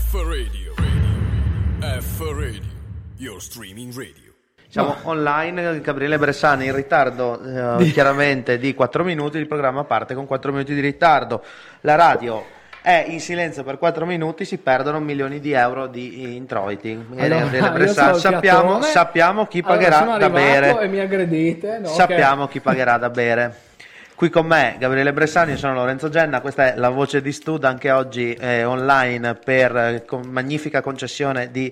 F Radio, F Radio, your streaming radio. Siamo online, Gabriele Bressani in ritardo chiaramente di 4 minuti, il programma parte con 4 minuti di ritardo, la radio è in silenzio per 4 minuti, si perdono milioni di euro di introiti. Gabriele Bressani, sappiamo chi pagherà da bere e mi aggredite, no? Sappiamo chi pagherà da bere. Qui con me Gabriele Bressani, io sono Lorenzo Genna, questa è la voce di Stud, anche oggi online per magnifica concessione di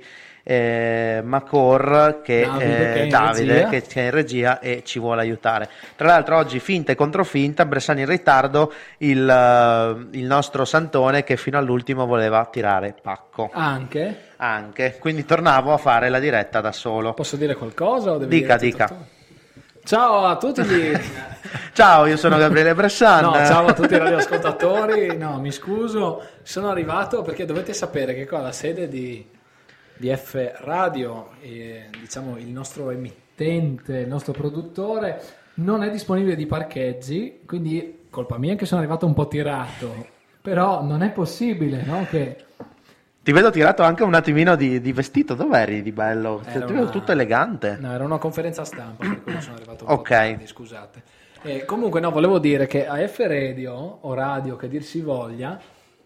Macor Davide che è in regia e ci vuole aiutare. Tra l'altro oggi finta e controfinta, Bressani in ritardo, il nostro Santone che fino all'ultimo voleva tirare pacco. Anche, quindi tornavo a fare la diretta da solo. Posso dire qualcosa? O devi dica. Ciao a tutti Ciao, io sono Gabriele Bressani. Ciao a tutti i radioascoltatori. No, mi scuso, sono arrivato perché dovete sapere che qua la sede di F Radio, diciamo il nostro emittente, il nostro produttore, non è disponibile di parcheggi, quindi colpa mia che sono arrivato un po' tirato, però non è possibile, no? Che ti vedo tirato anche un attimino di vestito, dov'eri di bello? Ti vedo tutto elegante. No, era una conferenza stampa per cui sono arrivato un po' tardi, scusate. Comunque no, volevo dire che a F Radio, o radio che dir si voglia,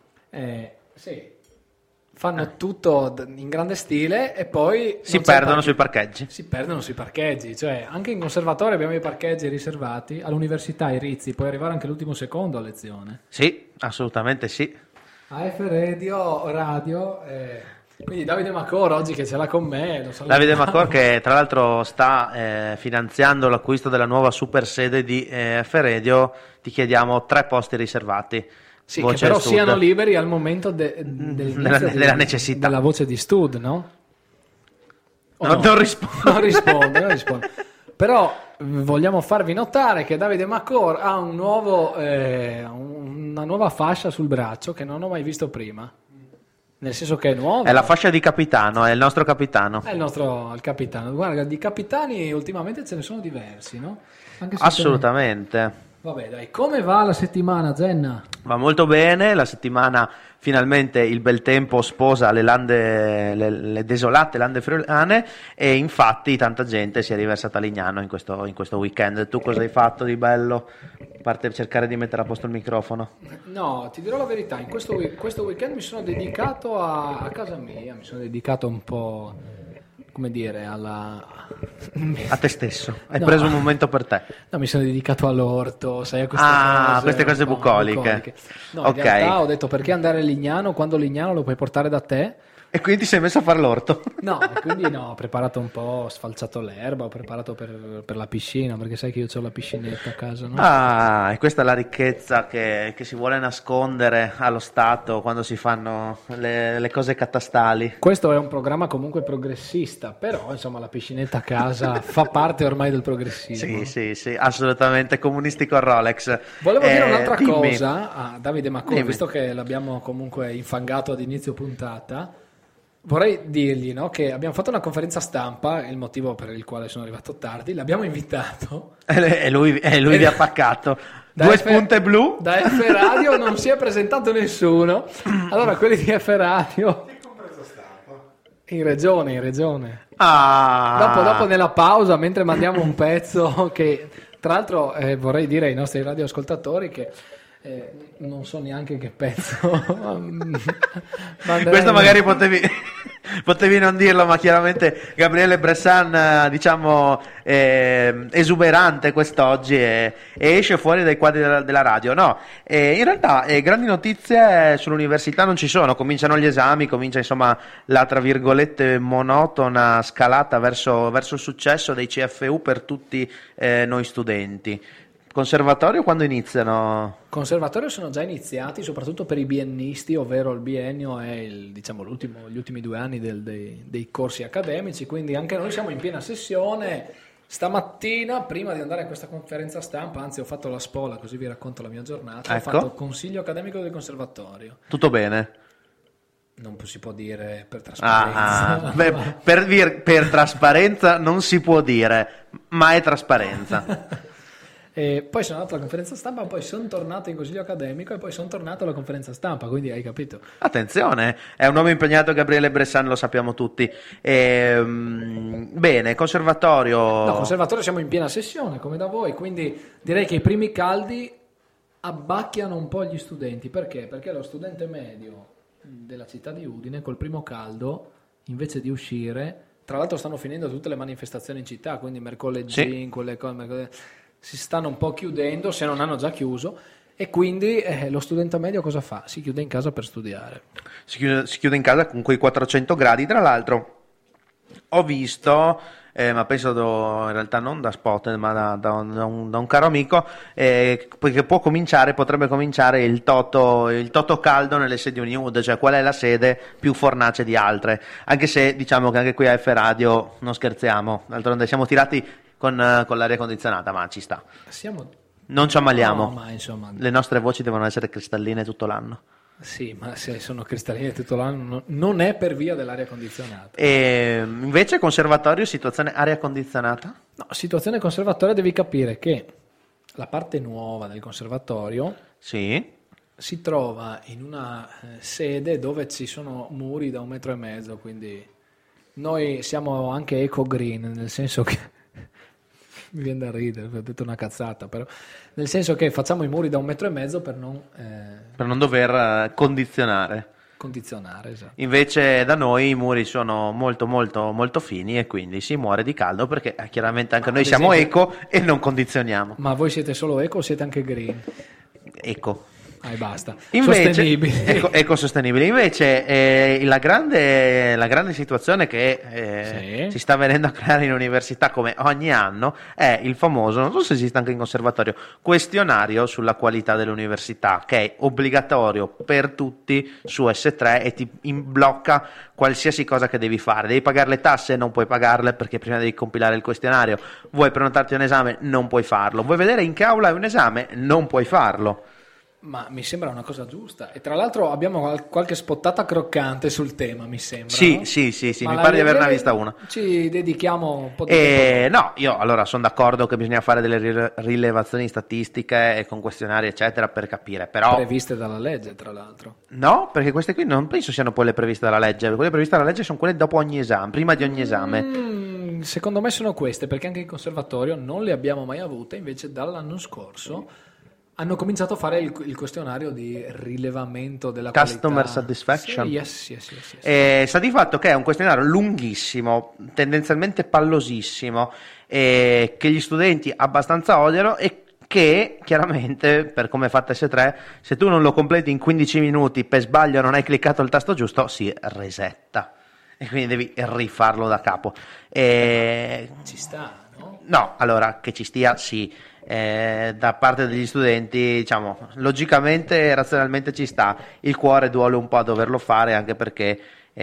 fanno tutto in grande stile e poi si perdono sui parcheggi. Cioè anche in conservatorio abbiamo i parcheggi riservati, all'università i Rizzi, puoi arrivare anche l'ultimo secondo a lezione. Sì, assolutamente sì. A F Radio, quindi Davide Macor oggi che ce l'ha con me. Davide Macor che tra l'altro sta finanziando l'acquisto della nuova super sede di F Radio, ti chiediamo 3 posti riservati. Sì, che però siano liberi al momento della necessità. Della voce di Stud, no? Non rispondo. Però vogliamo farvi notare che Davide Macor ha una nuova fascia sul braccio che non ho mai visto prima. Nel senso che è nuova. È la fascia di capitano, è il nostro capitano. È il capitano. Guarda, di capitani ultimamente ce ne sono diversi, no? Assolutamente. Vabbè, dai, come va la settimana, Genna? Va molto bene, la settimana finalmente il bel tempo sposa le desolate lande friulane e infatti tanta gente si è riversata a Lignano in questo weekend. Tu cosa hai fatto di bello? A parte cercare di mettere a posto il microfono. No, ti dirò la verità, in questo weekend mi sono dedicato a casa mia, mi sono dedicato un po', come dire, a te stesso. Hai preso un momento per te. No, mi sono dedicato all'orto, sai, a queste cose bucoliche. No, in realtà ho detto perché andare a Lignano quando Lignano lo puoi portare da te. E quindi ti sei messo a fare l'orto? No, quindi ho preparato un po', ho sfalciato l'erba, ho preparato per la piscina, perché sai che io ho la piscinetta a casa, no? E questa è la ricchezza che si vuole nascondere allo Stato quando si fanno le cose catastali. Questo è un programma comunque progressista, però insomma la piscinetta a casa fa parte ormai del progressismo. Sì, assolutamente, comunistico Rolex. Volevo dire un'altra cosa a Davide Macor, visto che l'abbiamo comunque infangato ad inizio puntata. Vorrei dirgli, no, che abbiamo fatto una conferenza stampa, il motivo per il quale sono arrivato tardi, l'abbiamo invitato. E lui vi ha paccato. 2 spunte blu. Da F Radio non si è presentato nessuno. Allora quelli di F Radio... In regione. Dopo nella pausa, mentre mandiamo un pezzo che, tra l'altro, vorrei dire ai nostri radioascoltatori che... non so neanche che pezzo. Questo magari potevi non dirlo, ma chiaramente Gabriele Bressan diciamo esuberante quest'oggi e esce fuori dai quadri della radio. No, in realtà grandi notizie sull'università non ci sono, cominciano gli esami, comincia insomma la tra virgolette monotona scalata verso il successo dei CFU per tutti noi studenti. Conservatorio quando iniziano? Conservatorio sono già iniziati, soprattutto per i biennisti, ovvero il biennio è gli ultimi 2 anni dei corsi accademici, quindi anche noi siamo in piena sessione. Stamattina, prima di andare a questa conferenza stampa, anzi ho fatto la spola, così vi racconto la mia giornata, ecco. Ho fatto il consiglio accademico del conservatorio. Tutto bene? Non si può dire per trasparenza. Per trasparenza non si può dire, ma è trasparenza. E poi sono andato alla conferenza stampa, poi sono tornato in consiglio accademico e poi sono tornato alla conferenza stampa, quindi hai capito. Attenzione, è un uomo impegnato, Gabriele Bressan, lo sappiamo tutti. Bene, conservatorio. No, conservatorio siamo in piena sessione, come da voi, quindi direi che i primi caldi abbacchiano un po' gli studenti. Perché? Perché lo studente medio della città di Udine col primo caldo, invece di uscire, tra l'altro stanno finendo tutte le manifestazioni in città, quindi mercoledì, Sì. quelle cose, si stanno un po' chiudendo, se non hanno già chiuso, e quindi lo studente medio cosa fa? Si chiude in casa per studiare. Si chiude in casa con quei 400 gradi. Tra l'altro, ho visto, ma penso in realtà non da spot, ma da un caro amico, che potrebbe cominciare il toto caldo nelle sedi Uniud, cioè qual è la sede più fornace di altre. Anche se diciamo che anche qui a F Radio non scherziamo, d'altronde siamo tirati con l'aria condizionata, ma ci sta. Non ci ammaliamo. No, ma insomma, Le nostre voci devono essere cristalline tutto l'anno. sì, ma se sono cristalline tutto l'anno non è per via dell'aria condizionata. E invece conservatorio, situazione aria condizionata? No, situazione conservatorio, devi capire che la parte nuova del conservatorio Sì. si trova in una sede dove ci sono muri da 1,5 metri, quindi noi siamo anche eco-green, nel senso che mi viene da ridere, ho detto una cazzata, però nel senso che facciamo i muri da 1,5 metri per non dover condizionare. condizionare, esatto. Invece da noi i muri sono molto molto molto fini e quindi si muore di caldo perché chiaramente anche noi ad siamo esempio- eco e non condizioniamo. Ma voi siete solo eco o siete anche green? Eco. E basta. Invece, Sostenibili. ecosostenibili. Invece la grande situazione che Sì. si sta venendo a creare in università come ogni anno è il famoso, non so se esiste anche in conservatorio, questionario sulla qualità dell'università, che è obbligatorio per tutti su S3 e ti blocca qualsiasi cosa che devi fare. Devi pagare le tasse, non puoi pagarle perché prima devi compilare il questionario. Vuoi prenotarti un esame, non puoi farlo. Vuoi vedere in che aula è un esame, non puoi farlo. Ma mi sembra una cosa giusta. E tra l'altro abbiamo qualche spottata croccante sul tema, mi sembra. Sì, no? sì, Ma mi pare di averne le- vista una. Ci dedichiamo un po' di tempo. No, io allora sono d'accordo che bisogna fare delle rilevazioni statistiche e con questionari eccetera per capire, però Previste dalla legge, tra l'altro. no, perché queste qui non penso siano quelle previste dalla legge, quelle previste dalla legge sono quelle dopo ogni esame, prima di ogni esame. Secondo me sono queste, perché anche in conservatorio non le abbiamo mai avute, invece dall'anno scorso hanno cominciato a fare il questionario di rilevamento della Customer qualità. satisfaction. Sì, yes. Sta di fatto che è un questionario lunghissimo, tendenzialmente pallosissimo, che gli studenti abbastanza odiano e che chiaramente, per come è fatta S3, se tu non lo completi in 15 minuti per sbaglio non hai cliccato il tasto giusto, si resetta e quindi devi rifarlo da capo. Ci sta, no? No, allora che ci stia, sì. Da parte degli studenti, diciamo, logicamente e razionalmente ci sta. Il cuore duole un po' a doverlo fare, anche perché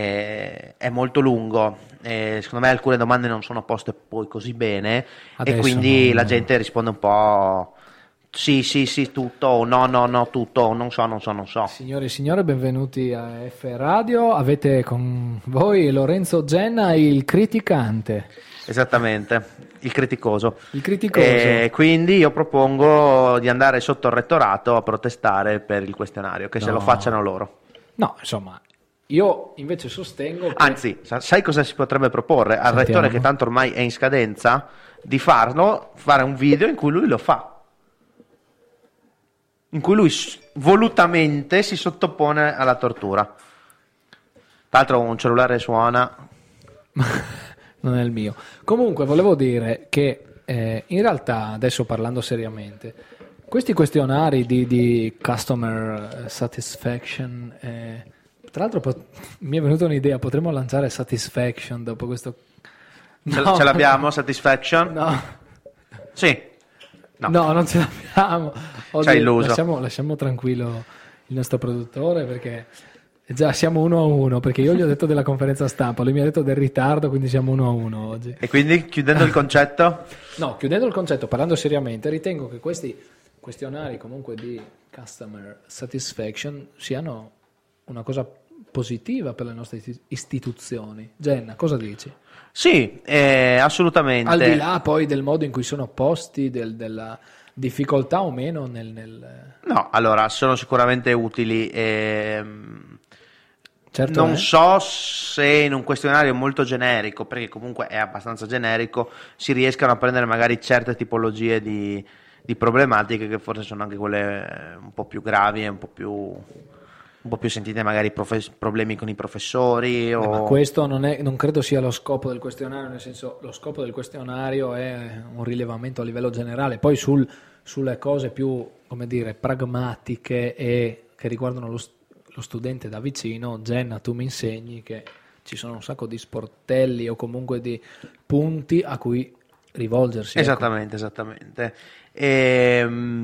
è molto lungo. Secondo me alcune domande non sono poste poi così bene Adesso e quindi non- la gente risponde un po' sì, tutto, o no, tutto, o non so. Signore e signore, benvenuti a F Radio. Avete con voi Lorenzo Genna, il criticante. Esattamente, il criticoso. Il criticoso. Quindi io propongo di andare sotto il rettorato a protestare per il questionario, che se No. lo facciano loro. No, insomma, io invece sostengo che... Anzi, sai cosa si potrebbe proporre al Sentiamo. rettore, che tanto ormai è in scadenza, di fare un video in cui lui lo fa. In cui lui volutamente si sottopone alla tortura. Tra l'altro un cellulare suona. non è il mio. Comunque volevo dire che in realtà, adesso parlando seriamente, questi questionari di customer satisfaction, tra l'altro mi è venuta un'idea, potremmo lanciare satisfaction dopo questo... No. Ce l'abbiamo, Satisfaction? No. Sì. No, non ce l'abbiamo. Ci hai illuso. Lasciamo tranquillo il nostro produttore, perché già siamo 1-1, perché io gli ho detto della conferenza stampa, lui mi ha detto del ritardo, quindi siamo 1-1 oggi. E quindi, chiudendo il concetto, No, chiudendo il concetto, parlando seriamente, ritengo che questi questionari comunque di customer satisfaction siano una cosa positiva per le nostre istituzioni. Genna, cosa dici? sì, assolutamente. Al di là poi del modo in cui sono posti, del difficoltà o meno nel... No, allora, sono sicuramente utili. Certo, Non so se in un questionario molto generico, perché comunque è abbastanza generico, si riescano a prendere magari certe tipologie di problematiche che forse sono anche quelle un po' più gravi e un po' più sentite, magari problemi con i professori. Ma questo non credo sia lo scopo del questionario, nel senso, lo scopo del questionario è un rilevamento a livello generale, poi sulle cose più, come dire, pragmatiche e che riguardano lo studente da vicino. Jenna, tu mi insegni che ci sono un sacco di sportelli o comunque di punti a cui rivolgersi. Esattamente, esattamente. Beh,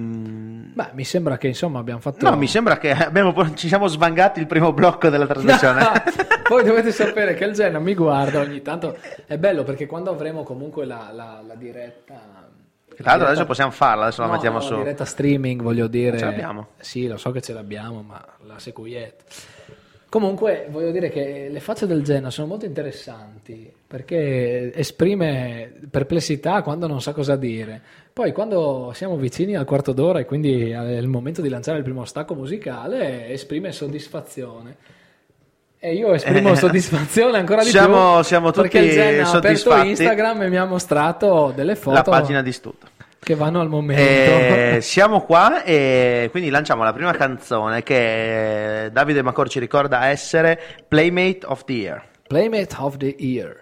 mi sembra che insomma abbiamo fatto... No, mi sembra che ci siamo svangati il primo blocco della trasmissione. Poi dovete sapere che il Jenna mi guarda ogni tanto, è bello perché quando avremo comunque la diretta... Tra l'altro adesso possiamo farla, adesso la mettiamo su. La diretta streaming, voglio dire. Ce l'abbiamo. Sì, lo so che ce l'abbiamo, ma la secuiette. Comunque, voglio dire che le facce del Jenna sono molto interessanti, perché esprime perplessità quando non sa cosa dire. Poi quando siamo vicini al quarto d'ora e quindi è il momento di lanciare il primo stacco musicale, esprime soddisfazione. E io esprimo soddisfazione ancora di più, siamo tutti perché il Jenna ha aperto soddisfatti. Instagram e mi ha mostrato delle foto, La pagina di Stuto, che vanno al momento. siamo qua e quindi lanciamo la prima canzone che Davide Macor ci ricorda essere Playmate of the Year. Playmate of the Year.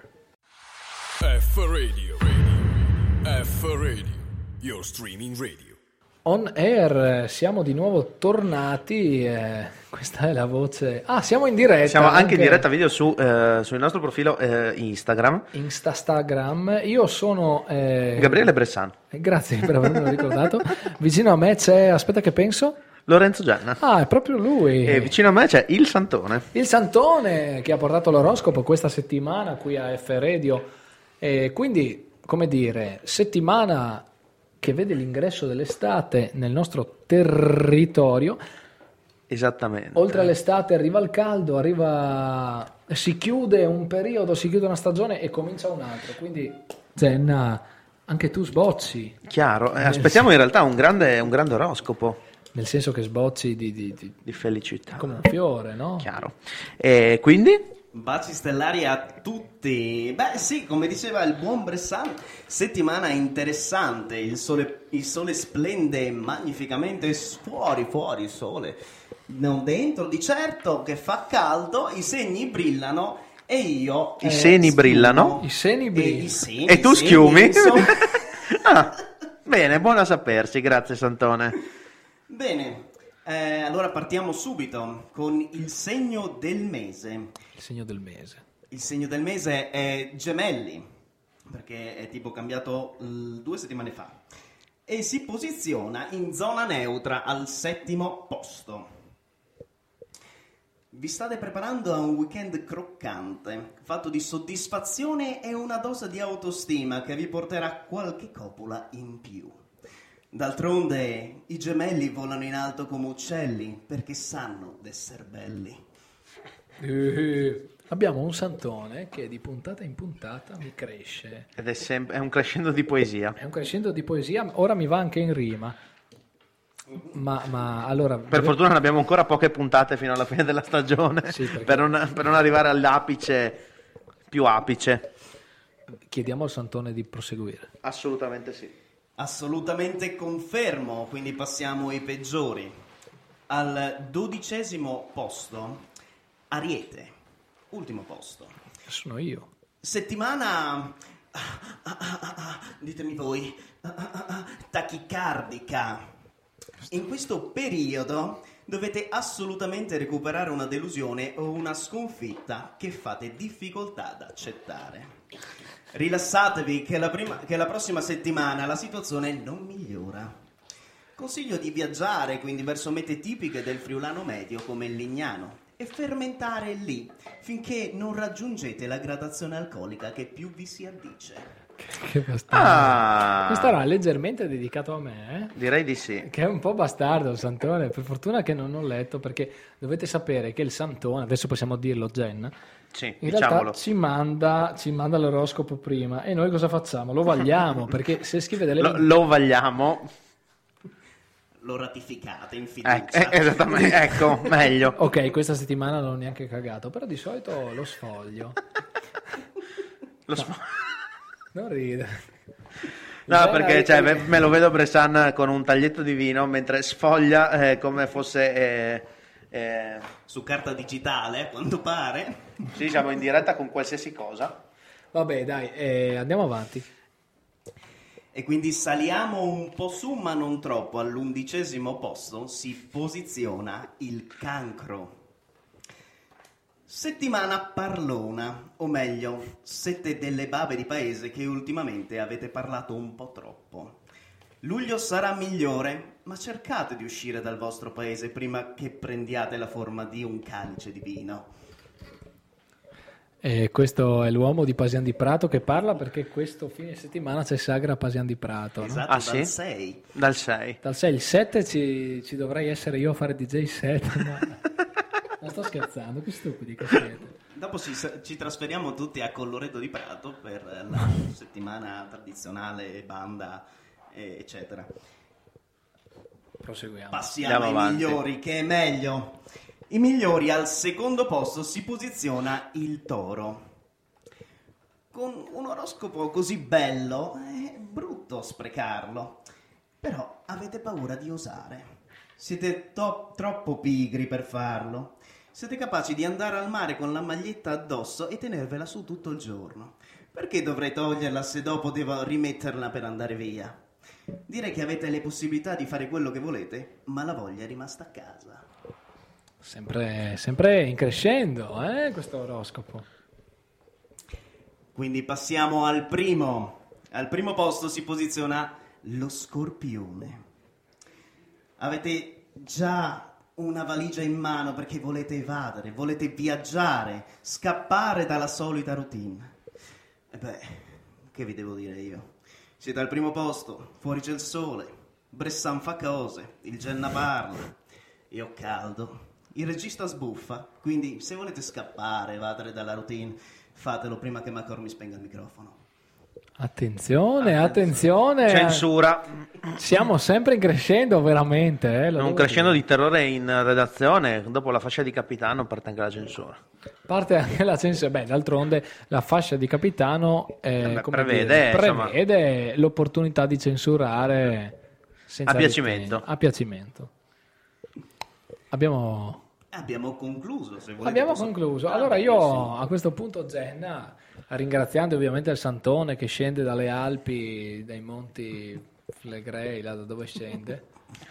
F-Radio, F-Radio, your streaming radio. On air, siamo di nuovo tornati, questa è la voce... Ah, siamo in diretta. Siamo anche in diretta video sul nostro profilo Instagram. Instagram. Io sono... Gabriele Bressan. Grazie per avermelo ricordato. Vicino a me c'è, aspetta che penso... Lorenzo Genna. Ah, è proprio lui. E vicino a me c'è il Santone. Il Santone che ha portato l'oroscopo questa settimana qui a F Radio. E quindi, come dire, settimana... che vede l'ingresso dell'estate nel nostro territorio. Esattamente. Oltre all'estate arriva il caldo, si chiude un periodo, si chiude una stagione e comincia un altro. Quindi, Jenna, anche tu sbocci. Chiaro, aspettiamo in realtà un grande oroscopo. Nel senso che sbocci di felicità. Come un fiore, no? Chiaro. E quindi... Baci stellari a tutti. Beh sì, come diceva il buon Bressan, settimana interessante, il sole splende magnificamente fuori il sole, non dentro, di certo che fa caldo, i segni brillano e io I seni brillano? I seni brillano. E tu schiumi? Bene, buono a sapersi, grazie Santone. Bene, allora partiamo subito con il segno del mese. Il segno del mese. Il segno del mese è Gemelli, perché è tipo cambiato 2 settimane fa. E si posiziona in zona neutra al 7° posto. Vi state preparando a un weekend croccante, fatto di soddisfazione e una dose di autostima che vi porterà qualche copula in più. D'altronde i gemelli volano in alto come uccelli perché sanno d'esser belli. Abbiamo un Santone che di puntata in puntata mi cresce. Ed è un crescendo di poesia. È un crescendo di poesia, ora mi va anche in rima. Ma allora... Per fortuna ne abbiamo ancora poche puntate fino alla fine della stagione, sì, perché... per non arrivare all'apice, più apice. Chiediamo al Santone di proseguire. Assolutamente sì. Assolutamente confermo, quindi passiamo ai peggiori. Al 12° posto, Ariete, ultimo posto. Sono io. Settimana, ditemi voi, tachicardica. In questo periodo dovete assolutamente recuperare una delusione o una sconfitta che fate difficoltà ad accettare. Rilassatevi che la prossima settimana la situazione non migliora. Consiglio di viaggiare quindi verso mete tipiche del friulano medio come il Lignano e fermentare lì finché non raggiungete la gradazione alcolica che più vi si addice. Che bastardo. Questo era leggermente dedicato a me, Direi di sì. Che è un po' bastardo il Santone. Per fortuna che non ho letto, perché dovete sapere che il Santone, adesso possiamo dirlo, Jenna, sì, in diciamolo. realtà ci manda l'oroscopo prima e noi cosa facciamo? Lo vagliamo, perché se scrive delle... Lo vagliamo. lo ratificate in fiducia. Esattamente, ecco, meglio. Ok, questa settimana non ho neanche cagato, però di solito lo sfoglio. Non ride. No, perché cioè, me lo vedo Bressan con un taglietto di vino mentre sfoglia come fosse... Su carta digitale, a quanto pare. Sì, siamo in diretta con qualsiasi cosa. Vabbè, dai, andiamo avanti. E quindi saliamo un po' su, ma non troppo. All'11° posto si posiziona il Cancro. Settimana parlona, o meglio, 7 delle bave di paese che ultimamente avete parlato un po' troppo. Luglio sarà migliore, ma cercate di uscire dal vostro paese prima che prendiate la forma di un calice di vino. E questo è l'uomo di Pasian di Prato che parla, perché questo fine settimana c'è Sagra a Pasian di Prato. No? Esatto, Ah, dal sì? 6. Dal 6. Dal 6, il 7 ci dovrei essere io a fare DJ set. Ma sto scherzando, che stupidi che siete. Dopo ci trasferiamo tutti a Colloredo di Prato per la settimana tradizionale, banda, eccetera. Proseguiamo. Passiamo Andiamo ai avanti. migliori, che è meglio. I migliori, al secondo posto si posiziona il Toro. Con un oroscopo così bello è brutto sprecarlo, però avete paura di osare. Siete troppo pigri per farlo. Siete capaci di andare al mare con la maglietta addosso e tenervela su tutto il giorno. Perché dovrei toglierla se dopo devo rimetterla per andare via? Direi che avete le possibilità di fare quello che volete, ma la voglia è rimasta a casa. Sempre in crescendo, questo oroscopo. Quindi passiamo al primo. Al primo posto si posiziona lo Scorpione. Avete già una valigia in mano perché volete evadere, volete viaggiare, scappare dalla solita routine. E beh, che vi devo dire io? Siete al primo posto, fuori c'è il sole, Bressan fa cose, il Genna parla, io ho caldo, il regista sbuffa, quindi se volete scappare, evadere dalla routine, fatelo prima che Macor mi spenga il microfono. Attenzione. Censura. Siamo sempre in crescendo, veramente. Lo Un devo crescendo dire. di terrore in redazione. Dopo la fascia di capitano parte anche la censura. Parte anche la censura. Beh, d'altronde la fascia di capitano prevede l'opportunità di censurare senza A piacimento. ritegno. A piacimento. Abbiamo concluso, se volete. Abbiamo posso- concluso. Ah, Allora benissimo. io a questo punto, Genna, ringraziando ovviamente il Santone che scende dalle Alpi, dai monti Flegrei, là da dove scende,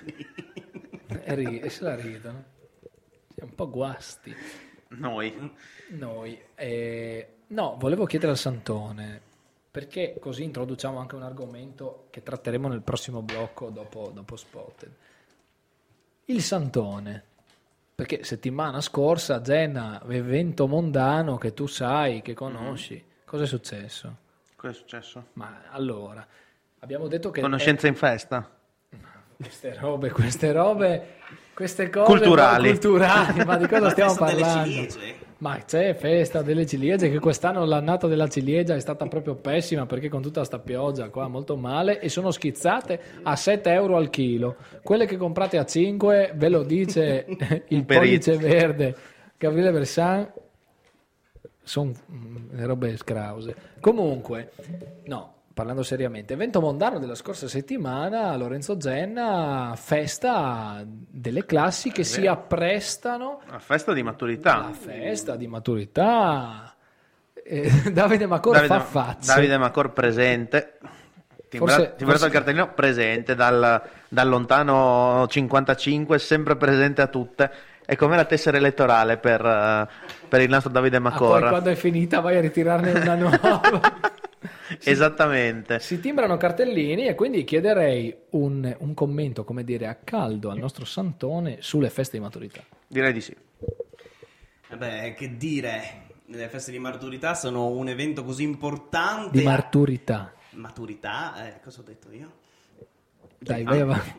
e se la ridono. È un po' guasti. Noi. Noi. No, volevo chiedere al Santone, perché così introduciamo anche un argomento che tratteremo nel prossimo blocco dopo Spotted. Il Santone. Perché settimana scorsa, Genna, evento mondano che tu sai, che conosci, cosa è successo? Cosa è successo? Ma allora, abbiamo detto che... Conoscenza in festa? Queste robe, queste cose Culturali. culturali, ma di cosa La stiamo festa delle parlando? ciliegie. Ma c'è festa delle ciliegie, che quest'anno l'annata della ciliegia è stata proprio pessima, perché con tutta sta pioggia qua molto male, e sono schizzate a 7 euro al chilo. Quelle che comprate a 5, ve lo dice il pollice verde Gabriele Bressan, sono le robe scrause. Comunque, no, parlando seriamente, evento mondano della scorsa settimana, Lorenzo Genna, festa delle classi che si apprestano Una festa di maturità. alla festa di maturità. Davide Macor fa facce. Davide Macor presente. Forse- Timbrato il cartellino presente dal lontano 55, sempre presente a tutte. È come la tessera elettorale per il nostro Davide Ah, poi Macor. quando è finita vai a ritirarne una nuova. Esattamente. Si timbrano cartellini e quindi chiederei un commento, come dire, a caldo al nostro Santone sulle feste di maturità. Direi di sì. Vabbè, che dire, le feste di maturità sono un evento così importante. Di maturità. Maturità? Cosa ho detto io? Dai, vai avanti.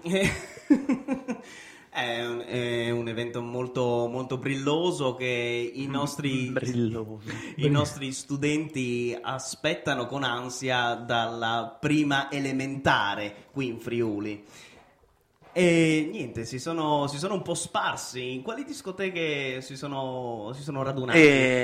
È un evento molto, molto brilloso che i nostri studenti aspettano con ansia dalla prima elementare qui in Friuli. E niente, si sono un po' sparsi. In quali discoteche si sono radunati?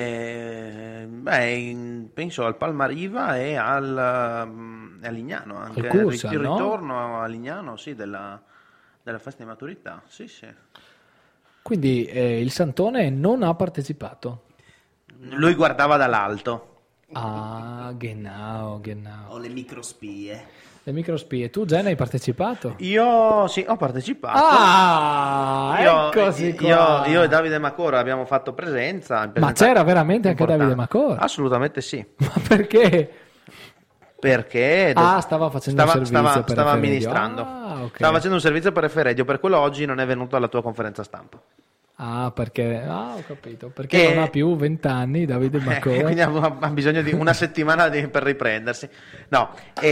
Penso al Palmariva e a Lignano, anche Al Cursa, il no? ritorno a Lignano, sì, della festa di maturità, sì. Quindi il Santone non ha partecipato. Lui guardava dall'alto. Ah, genau. Ho le microspie. Le microspie. Tu già ne hai partecipato? Io sì, ho partecipato. Eccoci qua. Io e Davide Macora abbiamo fatto presenza. Ma c'era veramente anche Davide Macora? Assolutamente sì. Ma perché? Perché stava facendo un servizio per stava F-Radio. amministrando. Ok. Stava facendo un servizio per F-Radio, per quello oggi non è venuto alla tua conferenza stampa. Perché? Ho capito. Perché non ha più 20 anni Davide Macora. Quindi ha bisogno di una settimana per riprendersi. No,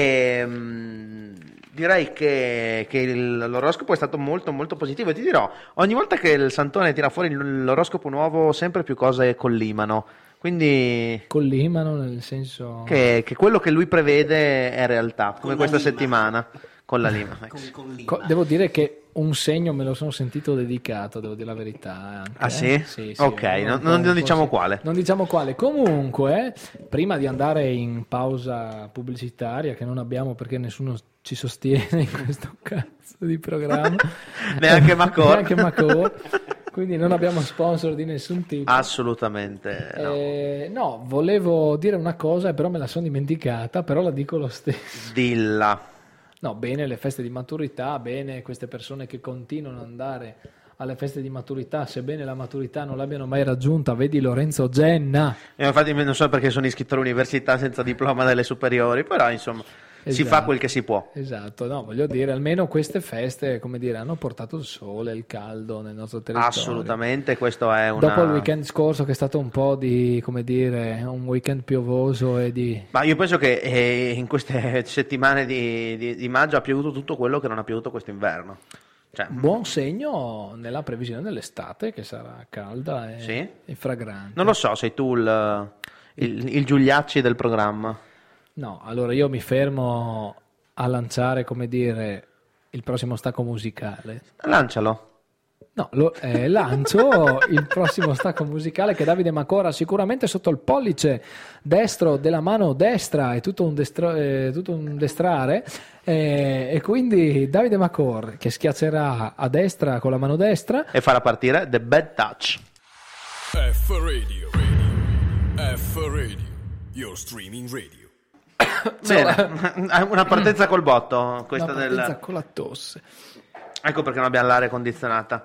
direi che l'oroscopo è stato molto molto positivo, e ti dirò, ogni volta che il Santone tira fuori l'oroscopo nuovo, sempre più cose collimano. Quindi Collimano nel senso che quello che lui prevede è realtà, come Con questa la lima. settimana con la lima. Con Lima. Devo dire che un segno me lo sono sentito dedicato, devo dire la verità. Anche, Ah, sì? Sì, Ok, non diciamo quale. Non diciamo quale. Comunque, prima di andare in pausa pubblicitaria, che non abbiamo perché nessuno ci sostiene in questo cazzo di programma, Neanche Macor. Neanche Macor. Quindi non abbiamo sponsor di nessun tipo. Assolutamente no. No, volevo dire una cosa, però me la sono dimenticata, però la dico lo stesso. Dilla. No, bene le feste di maturità, bene queste persone che continuano ad andare alle feste di maturità, sebbene la maturità non l'abbiano mai raggiunta, vedi Lorenzo Genna. E infatti non so perché sono iscritto all'università senza diploma delle superiori, però insomma si Esatto. fa quel che si può. Esatto, no, voglio dire, almeno queste feste, come dire, hanno portato il sole, il caldo nel nostro territorio. Assolutamente, questo è Dopo il weekend scorso che è stato un po' di, come dire, un weekend piovoso e di... Ma io penso che in queste settimane di maggio ha piovuto tutto quello che non ha piovuto quest'inverno. Cioè, Buon segno nella previsione dell'estate che sarà calda e, Sì? e fragrante. non lo so, sei tu il Giuliacci del programma. No, allora io mi fermo a lanciare, come dire, il prossimo stacco musicale. Lancialo. No, lancio il prossimo stacco musicale che Davide Macora sicuramente sotto il pollice destro della mano destra è tutto un destrare e quindi Davide Macor che schiaccerà a destra con la mano destra E farà partire The Bad Touch. F-Radio. F-Radio. Your streaming radio. Bene, una partenza col botto questa una partenza con la tosse. Ecco perché non abbiamo l'aria condizionata.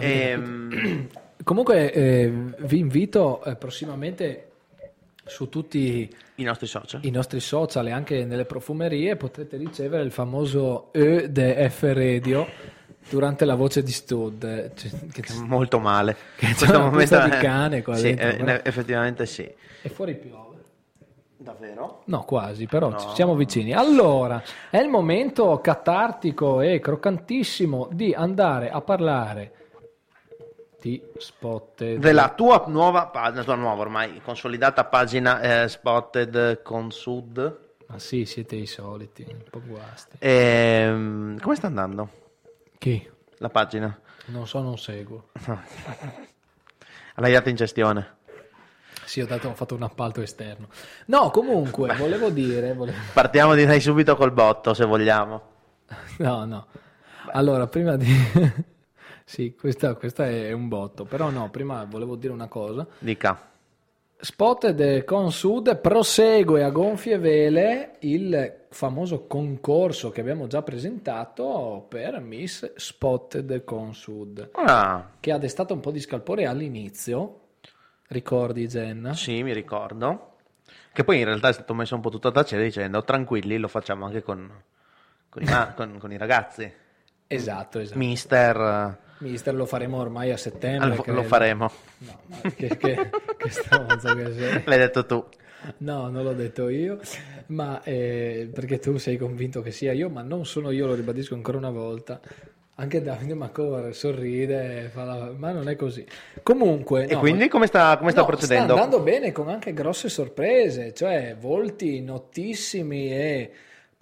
Comunque vi invito prossimamente su tutti I nostri social. i nostri social e anche nelle profumerie potrete ricevere il famoso E de F Radio durante la voce di Stud che Molto male. Che c'è una puzza di cane qua sì, dentro, però. effettivamente sì. e fuori piove. Davvero? No, quasi, però No. ci siamo vicini. Allora, è il momento catartico e croccantissimo di andare a parlare di Spotted. Della tua nuova pagina, tua nuova ormai consolidata pagina Spotted con Sud. Ma sì, siete i soliti, un po' guasti. Come sta andando Chi? la pagina? Non so, non seguo. L'hai data in gestione. Sì, ho fatto un appalto esterno. No, comunque, volevo dire... Partiamo direi subito col botto se vogliamo. No. Allora, prima di... Sì, questa è un botto, però no, prima volevo dire una cosa. Dica. Spotted con Sud prosegue a gonfie vele il famoso concorso che abbiamo già presentato per Miss Spotted con Sud, Ah, che ha destato un po' di scalpore all'inizio, ricordi Jenna? sì, mi ricordo. Che poi in realtà è stato messo un po' tutto a tacere dicendo tranquilli, lo facciamo anche con i ragazzi. Esatto. Mister, Mister, lo faremo ormai a settembre. lo credo. faremo. No, ma che stronzo che sei. L'hai detto tu. No, non l'ho detto io, ma perché tu sei convinto che sia io, ma non sono io, lo ribadisco ancora una volta. Anche Davide Macor sorride, ma non è così. Comunque, E no, quindi come sta procedendo? Sta andando bene con anche grosse sorprese, cioè volti notissimi e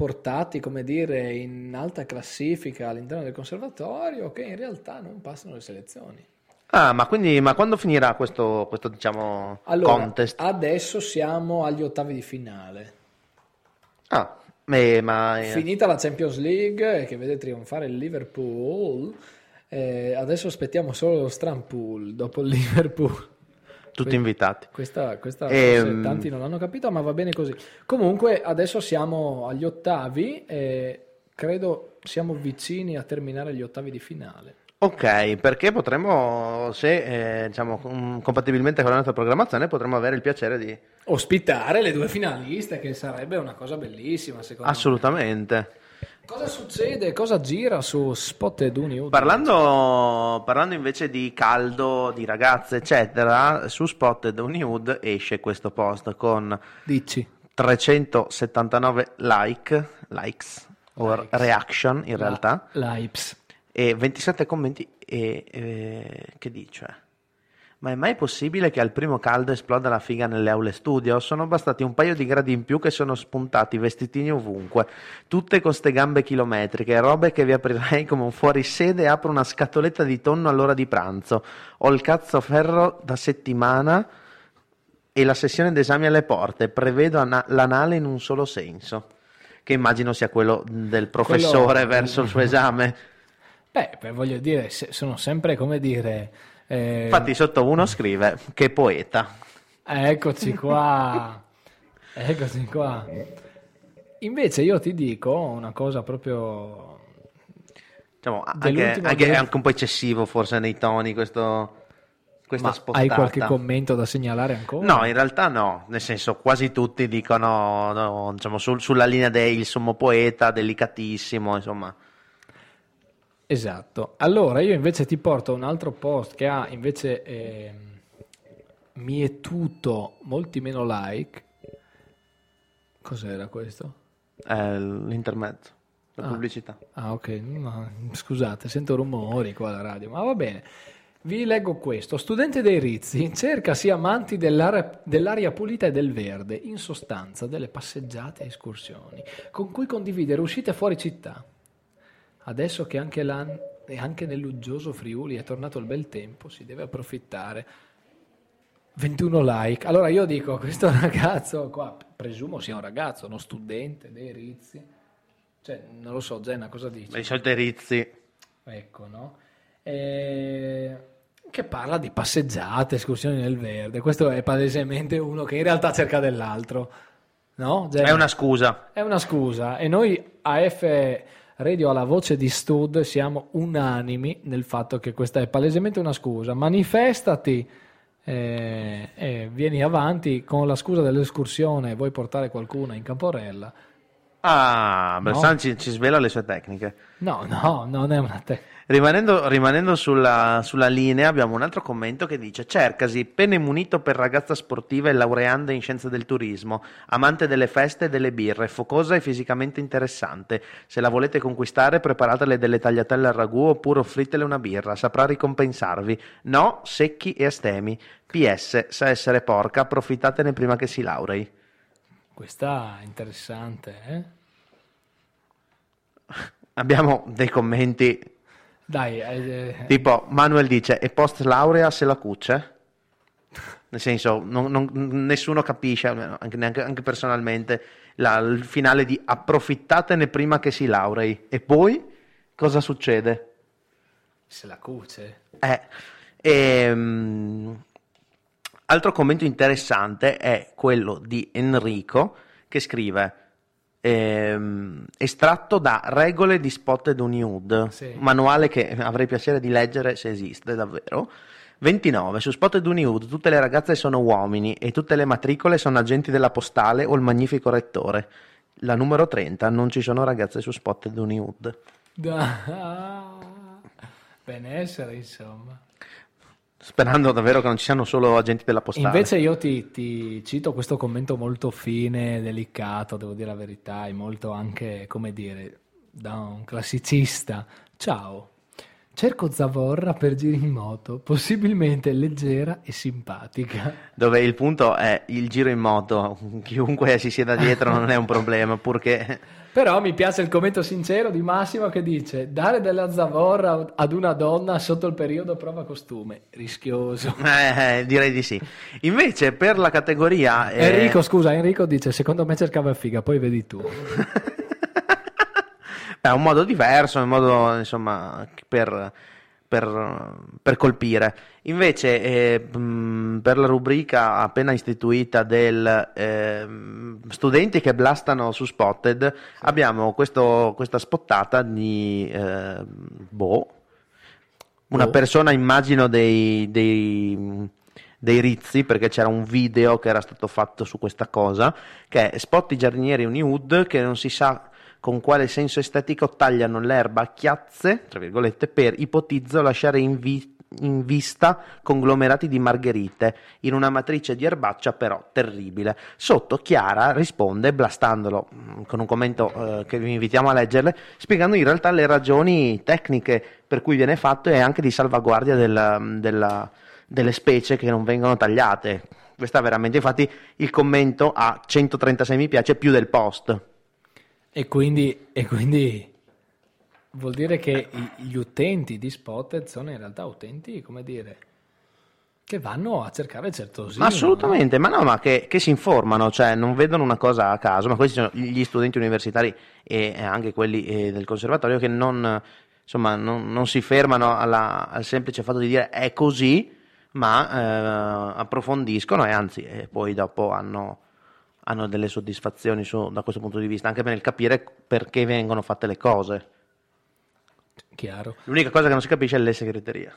portati, come dire, in alta classifica all'interno del conservatorio che in realtà non passano le selezioni. Ah, ma quando finirà questo diciamo, Allora, contest? adesso siamo agli ottavi di finale. Ah, ma Finita la Champions League, che vede trionfare il Liverpool, adesso aspettiamo solo lo Strampool dopo il Liverpool. tutti invitati. Questa forse tanti non l'hanno capito, ma va bene così. Comunque adesso siamo agli ottavi e credo siamo vicini a terminare gli ottavi di finale. Ok, perché potremmo, se diciamo compatibilmente con la nostra programmazione, potremmo avere il piacere di... Ospitare le due finaliste, che sarebbe una cosa bellissima, secondo me. Assolutamente. Cosa succede? Cosa gira su Spotted Union? Parlando invece di caldo, di ragazze, eccetera, su Spotted Union esce questo post con Dici. 379 likes o reaction in realtà, Lives. e 27 commenti che dice: ma è mai possibile che al primo caldo esploda la figa nelle aule studio? Sono bastati un paio di gradi in più che sono spuntati vestitini ovunque, tutte con ste gambe chilometriche, robe che vi aprirei come un fuorisede e apro una scatoletta di tonno all'ora di pranzo. Ho il cazzo ferro da settimana e la sessione d'esami alle porte, prevedo l'anale in un solo senso, che immagino sia quello del professore verso il suo esame. Beh, voglio dire, sono sempre, come dire... Infatti sotto uno scrive: che poeta. Eccoci qua. Eccoci qua. Invece io ti dico una cosa proprio... Diciamo, anche un po' eccessivo forse nei toni questa Ma spostata. hai qualche commento da segnalare ancora? No, in realtà no, nel senso quasi tutti dicono no, diciamo, sulla linea del sommo poeta, delicatissimo, insomma. Esatto. Allora io invece ti porto un altro post che ha invece mietuto molti meno like. Cos'era questo? L'intermezzo, la pubblicità. Ah, ok. No, scusate, sento rumori qua alla radio, ma va bene. Vi leggo questo. Studente dei Rizzi cerca sia amanti dell'aria pulita e del verde, in sostanza delle passeggiate e escursioni, con cui condividere uscite fuori città. Adesso che anche nell'uggioso Friuli è tornato il bel tempo, si deve approfittare. 21 like. Allora io dico, questo ragazzo qua, presumo sia un ragazzo, uno studente dei Rizzi. Cioè, non lo so, Genna, cosa dici? I soliti Rizzi. Ecco, no? Che parla di passeggiate, escursioni nel verde. Questo è palesemente uno che in realtà cerca dell'altro, no? Genna? È una scusa. È una scusa. E noi a F Radio, alla voce di Stud, siamo unanimi nel fatto che questa è palesemente una scusa. Manifestati e vieni avanti con la scusa dell'escursione. Vuoi portare qualcuno in Camporella? Ah, Bersani ci svela le sue tecniche. No, non è una tecnica. Rimanendo sulla linea, abbiamo un altro commento che dice: cercasi pene munito per ragazza sportiva e laureanda in scienze del turismo, amante delle feste e delle birre, focosa e fisicamente interessante. Se la volete conquistare, preparatele delle tagliatelle al ragù oppure offritele una birra, saprà ricompensarvi. No, secchi e astemi. PS, sa essere porca, approfittatene prima che si laurei. Questa è interessante, eh? Abbiamo dei commenti. Dai, Tipo Manuel dice: e post laurea se la cuce? Nel senso, nessuno capisce, anche personalmente, il finale di approfittatene prima che si laurei. E poi cosa succede? se la cuce. Altro commento interessante è quello di Enrico che scrive: estratto da Regole di Spotted Nude, Sì. manuale che avrei piacere di leggere se esiste davvero. 29. Su Spotted Nude tutte le ragazze sono uomini e tutte le matricole sono agenti della postale o il magnifico rettore. La numero 30. Non ci sono ragazze su Spotted Nude. Benessere, insomma. Sperando davvero che non ci siano solo agenti della postale. Invece io ti cito questo commento molto fine, delicato, devo dire la verità, e molto anche, come dire, da un classicista. Ciao, Cerco zavorra per giri in moto, possibilmente leggera e simpatica. Dove il punto è il giro in moto, chiunque si sieda dietro non è un problema, purché... Però mi piace il commento sincero di Massimo che dice: dare della zavorra ad una donna sotto il periodo prova costume, rischioso. Direi di sì. Invece per la categoria... Enrico dice: secondo me cercava figa, poi vedi tu. È un modo diverso, è un modo insomma per colpire. Invece per la rubrica appena istituita del studenti che blastano su Spotted abbiamo questa spottata di una persona, immagino dei Rizzi, perché c'era un video che era stato fatto su questa cosa, che è spot i giardinieri Uniwood che non si sa con quale senso estetico tagliano l'erba a chiazze, tra virgolette, per, ipotizzo, lasciare in vista conglomerati di margherite in una matrice di erbaccia però terribile. Sotto Chiara risponde blastandolo con un commento che vi invitiamo a leggerle, spiegando in realtà le ragioni tecniche per cui viene fatto e anche di salvaguardia delle specie che non vengono tagliate. Questa veramente, infatti il commento ha 136 mi piace più del post. E quindi vuol dire che gli utenti di Spotted sono in realtà utenti, come dire, che vanno a cercare il certosino. Assolutamente, no? Ma che si informano, cioè non vedono una cosa a caso, ma questi sono gli studenti universitari e anche quelli del conservatorio che non si fermano al semplice fatto di dire è così, ma approfondiscono e anzi poi dopo hanno delle soddisfazioni da questo punto di vista, anche nel capire perché vengono fatte le cose. Chiaro. L'unica cosa che non si capisce è le segreterie.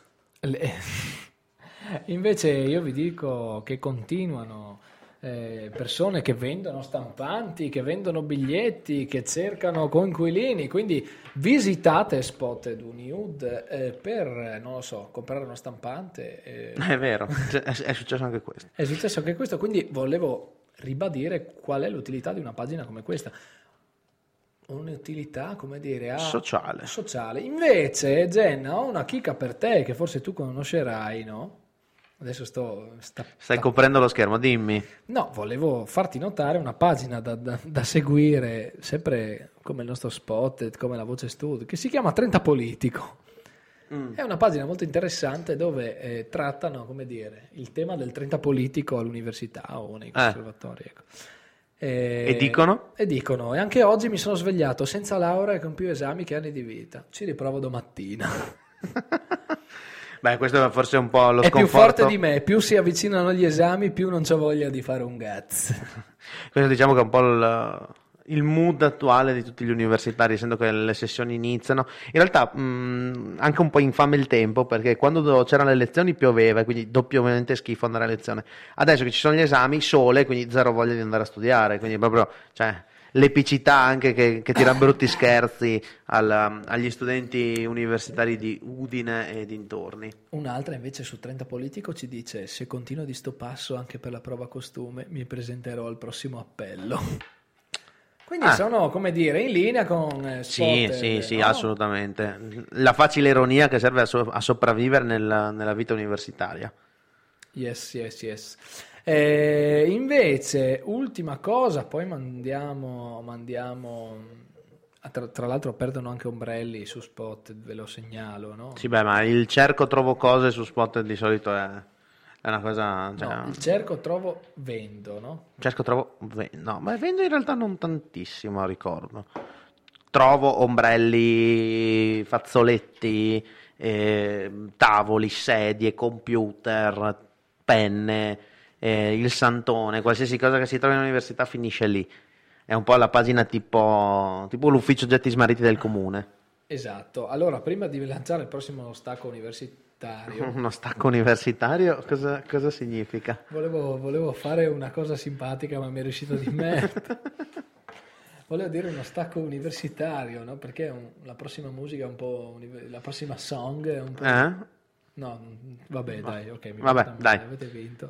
Invece io vi dico che continuano persone che vendono stampanti, che vendono biglietti, che cercano coinquilini, quindi visitate Spotted Uniwood per, non lo so, comprare uno stampante. È vero, è successo anche questo. È successo anche questo, quindi volevo ribadire qual è l'utilità di una pagina come questa. Un'utilità, come dire, sociale. Invece, Jenna, ho una chicca per te che forse tu conoscerai, no? Adesso stai coprendo lo schermo, dimmi. No, volevo farti notare una pagina da seguire, sempre come il nostro Spotted, come la Voce Studio, che si chiama 30 Politico. È una pagina molto interessante dove trattano, come dire, il tema del 30 politico all'università o nei conservatori. Ecco. E dicono? E anche oggi mi sono svegliato senza laurea e con più esami che anni di vita. Ci riprovo domattina. Beh, questo è forse un po' lo è sconforto. È più forte di me, più si avvicinano gli esami, più non c'ho voglia di fare un gaz. Questo diciamo che è un po' il mood attuale di tutti gli universitari, essendo che le sessioni iniziano. In realtà anche un po' infame il tempo, perché quando c'erano le lezioni pioveva e quindi doppiamente schifo andare a lezione. Adesso che ci sono gli esami, sole, quindi zero voglia di andare a studiare, quindi proprio l'epicità anche che tira brutti scherzi agli studenti universitari di Udine e dintorni. Un'altra invece su 30 Politico ci dice: se continuo di sto passo anche per la prova costume mi presenterò al prossimo appello. Quindi sono, come dire, in linea con Spotted. Sì, no? Assolutamente. La facile ironia che serve a sopravvivere nella vita universitaria. Yes. Invece, ultima cosa, poi mandiamo tra l'altro perdono anche ombrelli su Spotted, ve lo segnalo, no? Sì, beh, ma il cerco trovo cose su Spotted di solito è una cosa... No, il cerco trovo vendo, no? Cerco trovo... No, ma vendo in realtà non tantissimo, ricordo. Trovo ombrelli, fazzoletti, tavoli, sedie, computer, penne, il santone, qualsiasi cosa che si trovi in università finisce lì. È un po' la pagina tipo l'ufficio oggetti smarriti del comune. Esatto. Allora, prima di lanciare il prossimo stacco universitario... Uno stacco universitario? Cosa significa? Volevo fare una cosa simpatica, ma mi è riuscito di merda. Volevo dire uno stacco universitario, no? Perché la prossima musica è un po'... la prossima song è un po'... No, vabbè, dai, ok. Dai. Avete vinto.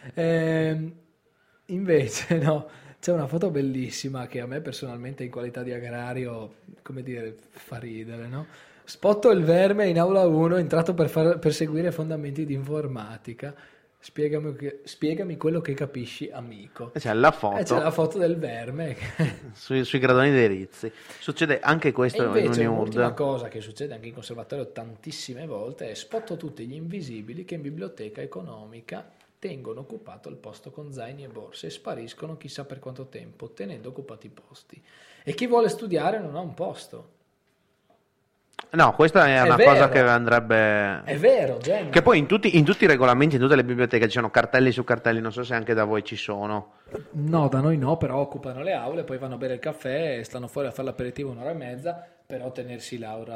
Invece, no, c'è una foto bellissima che a me personalmente in qualità di agrario, come dire, fa ridere, no? Spotto il verme in aula 1, entrato per seguire fondamenti di informatica. Spiegami quello che capisci, amico. C'è la foto. C'è la foto del verme. Sui gradoni dei rizzi. Succede anche questo E invece in un'ultima Uniwood. cosa che succede anche in conservatorio tantissime volte è spotto tutti gli invisibili che in biblioteca economica tengono occupato il posto con zaini e borse e spariscono chissà per quanto tempo, tenendo occupati i posti. E chi vuole studiare non ha un posto. No, questa è una vero. cosa che andrebbe... È vero, Gemma. Che poi in tutti i regolamenti, in tutte le biblioteche ci sono cartelli su cartelli, non so se anche da voi ci sono. No, da noi no, però occupano le aule, poi vanno a bere il caffè e stanno fuori a fare l'aperitivo 1 ora e mezza, però tenersi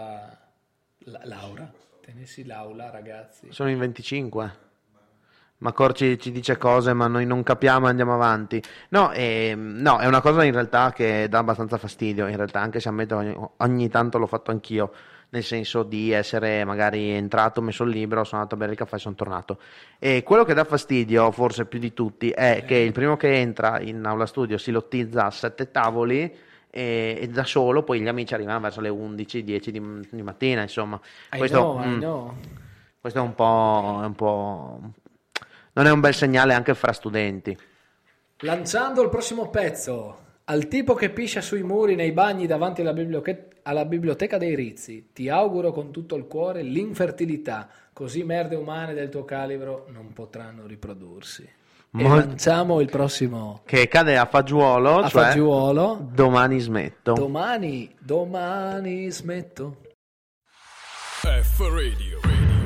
tenersi l'aula, ragazzi. Sono in 25. Macor ci dice cose, ma noi non capiamo e andiamo avanti. No, è una cosa in realtà che dà abbastanza fastidio, in realtà, anche se ammetto ogni tanto l'ho fatto anch'io, nel senso di essere magari entrato, messo il libro, sono andato a bere il caffè e sono tornato. E quello che dà fastidio, forse più di tutti, è che il primo che entra in aula studio si lottizza a 7 tavoli e da solo, poi gli amici arrivano verso le 11, 10 di mattina, insomma. I know. Questo è un po'... Non è un bel segnale anche fra studenti. Lanciando il prossimo pezzo, al tipo che piscia sui muri nei bagni davanti alla biblioteca dei Rizzi, ti auguro con tutto il cuore l'infertilità, così merde umane del tuo calibro non potranno riprodursi. E lanciamo il prossimo. Che cade a fagiolo, A cioè fagiolo. domani smetto. Domani smetto. F Radio.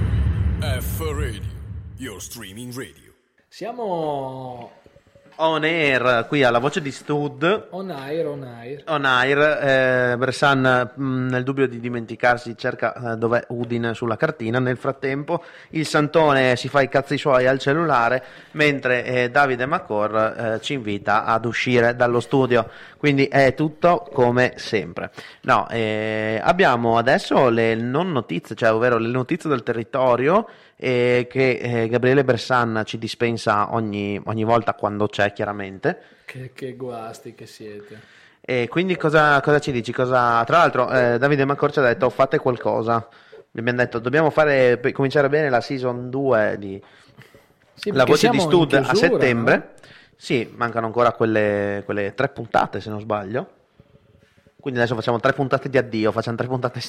F Radio. Your streaming radio. Siamo On air, qui alla voce di Stud. on air. On air, Bressan nel dubbio di dimenticarsi cerca dov'è Udin sulla cartina. Nel frattempo il Santone si fa i cazzi suoi al cellulare, mentre Davide Macor ci invita ad uscire dallo studio. Quindi è tutto come sempre. No, abbiamo adesso le non notizie, cioè ovvero le notizie del territorio che Gabriele Bressan ci dispensa ogni volta quando c'è, chiaramente. Che guasti che siete. E quindi cosa ci dici? Tra l'altro Davide Macor ci ha detto fate qualcosa. Vi abbiamo detto dobbiamo cominciare bene la season 2 di Sì, La perché voce di siamo Stud in a chiusura, settembre. no? Sì, mancano ancora quelle 3 puntate se non sbaglio. Quindi adesso facciamo 3 puntate di addio, facciamo 3 puntate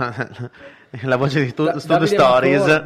La voce di Stud Davide Stories. Macor,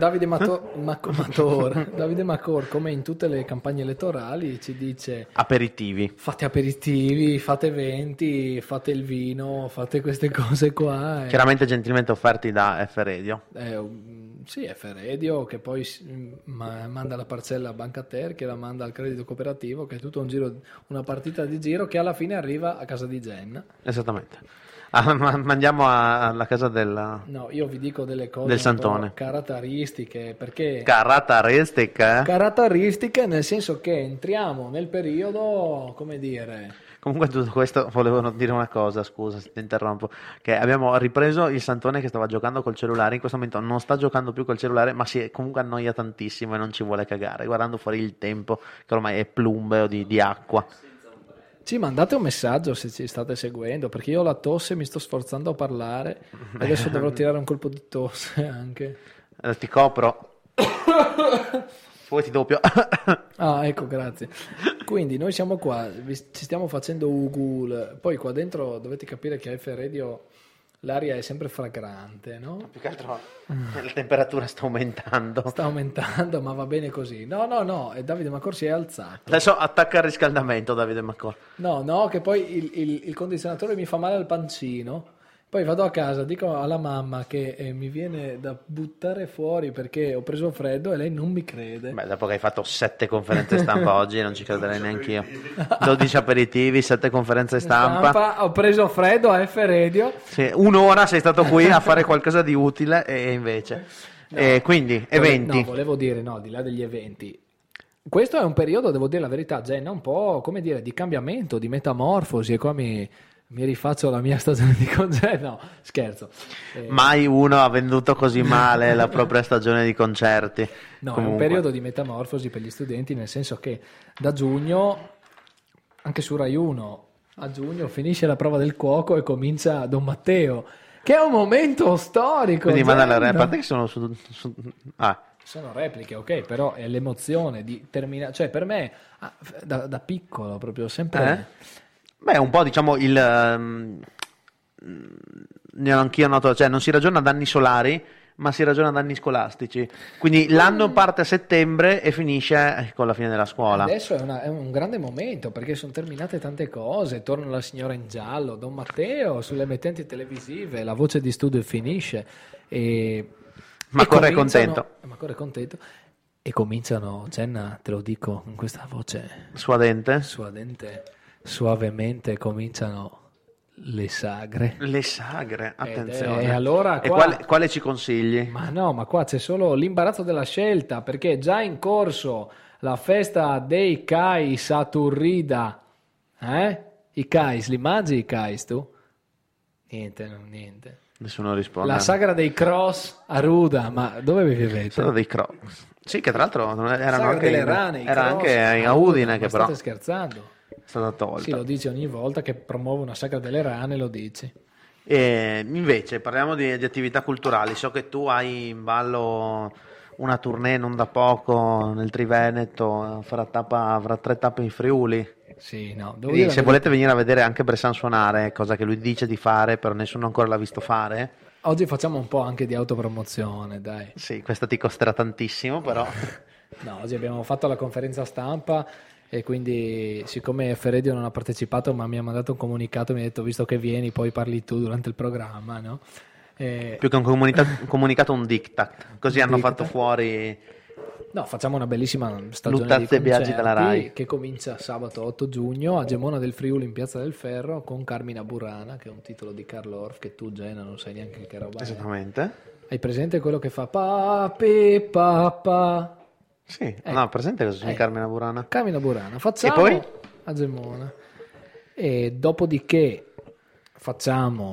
Davide Macor, come in tutte le campagne elettorali, ci dice Aperitivi. fate aperitivi, fate eventi, fate il vino, fate queste cose qua. Chiaramente gentilmente offerti da F Radio. Sì, è Feredio che poi manda la parcella a Banca Ter, che la manda al credito cooperativo, che è tutto un giro, una partita di giro che alla fine arriva a casa di Jenna. Esattamente. Mandiamo alla casa del No, io vi dico delle cose Del un Santone. po' caratteristiche, perché caratteristiche. caratteristiche nel senso che entriamo nel periodo, come dire, Comunque tutto questo volevo dire una cosa, scusa se ti interrompo, che abbiamo ripreso il Santone che stava giocando col cellulare, in questo momento non sta giocando più col cellulare, ma si comunque annoia tantissimo e non ci vuole cagare, guardando fuori il tempo che ormai è plumbeo di acqua. ci mandate un messaggio se ci state seguendo, perché io ho la tosse, mi sto sforzando a parlare e adesso dovrò tirare un colpo di tosse anche. Ti copro. Poi ti doppio. Ah, ecco, grazie. Quindi noi siamo qua, ci stiamo facendo Google, poi qua dentro dovete capire che a F Radio l'aria è sempre fragrante, no? Più che altro la temperatura sta aumentando. Sta aumentando, ma va bene così. No, e Davide Macor si è alzato. Adesso attacca il riscaldamento Davide Macor. No, che poi il condizionatore mi fa male al pancino. Poi vado a casa, dico alla mamma che mi viene da buttare fuori perché ho preso freddo e lei non mi crede. Beh, dopo che hai fatto 7 conferenze stampa oggi, non ci crederei neanche io. 12 aperitivi, 7 conferenze stampa. Ho preso freddo a F Radio. Sì, un'ora sei stato qui a fare qualcosa di utile e invece. Quindi, eventi. No, volevo dire, no, di là degli eventi. Questo è un periodo, devo dire la verità, Jenna, un po', come dire, di cambiamento, di metamorfosi, e qua mi rifaccio la mia stagione di concerti. No, scherzo. Mai uno ha venduto così male la propria stagione di concerti. No, Comunque. è un periodo di metamorfosi per gli studenti, nel senso che da giugno, anche su Rai 1, a giugno finisce la prova del cuoco e comincia Don Matteo. che è un momento storico. Quindi manda la Gemma. a parte che sono Sono repliche, ok, però è l'emozione di terminare, cioè per me da piccolo proprio sempre Beh, un po' diciamo anch'io noto, cioè non si ragiona ad anni solari, ma si ragiona ad anni scolastici. Quindi l'anno parte a settembre e finisce con la fine della scuola. adesso è un grande momento perché sono terminate tante cose, torna la signora in giallo, Don Matteo sulle emittenti televisive, la voce di studio finisce Ma corre Ma corre contento e cominciano, Jenna, te lo dico in questa voce Suadente. suadente, suavemente cominciano le sagre. Le sagre, attenzione. E allora E qua- quale ci consigli? Ma no, ma qua c'è solo l'imbarazzo della scelta perché è già in corso la festa dei Cais a Turrida. I Cais, li mangi i Cais tu? Niente. Nessuno risponde. La sagra dei Cross a Ruda, ma dove vi vivete? Sono dei crocs. Sì, che tra l'altro erano Sagra anche delle rane, i era Cross anche a Udine, ma che però state è scherzando? stata tolta. Sì, lo dici ogni volta che promuove una sagra delle rane, lo dici. E invece parliamo di attività culturali. So che tu hai in ballo una tournée non da poco nel Triveneto, avrà 3 tappe in Friuli. Sì, no, devo Quindi, dire se volete venire a vedere anche Bressan suonare, cosa che lui dice di fare, però nessuno ancora l'ha visto fare. oggi facciamo un po' anche di autopromozione, dai. Sì, questa ti costerà tantissimo, però. No, oggi abbiamo fatto la conferenza stampa e quindi siccome Feredio non ha partecipato ma mi ha mandato un comunicato, mi ha detto visto che vieni poi parli tu durante il programma, no? Più che un comunicato, un diktat. Così hanno diktat. fatto fuori. No, facciamo una bellissima stagione Luttazze di e viaggi concerti dalla Rai. che comincia sabato 8 giugno a Gemona del Friuli in Piazza del Ferro con Carmina Burana, che è un titolo di Karl Orff che tu, Gena, non sai neanche che roba è. Esattamente. Hai presente quello che fa papi papà? Sì, no, presente cosa sono Carmina Burana? Carmina Burana, facciamo E poi? a Gemona. E dopodiché facciamo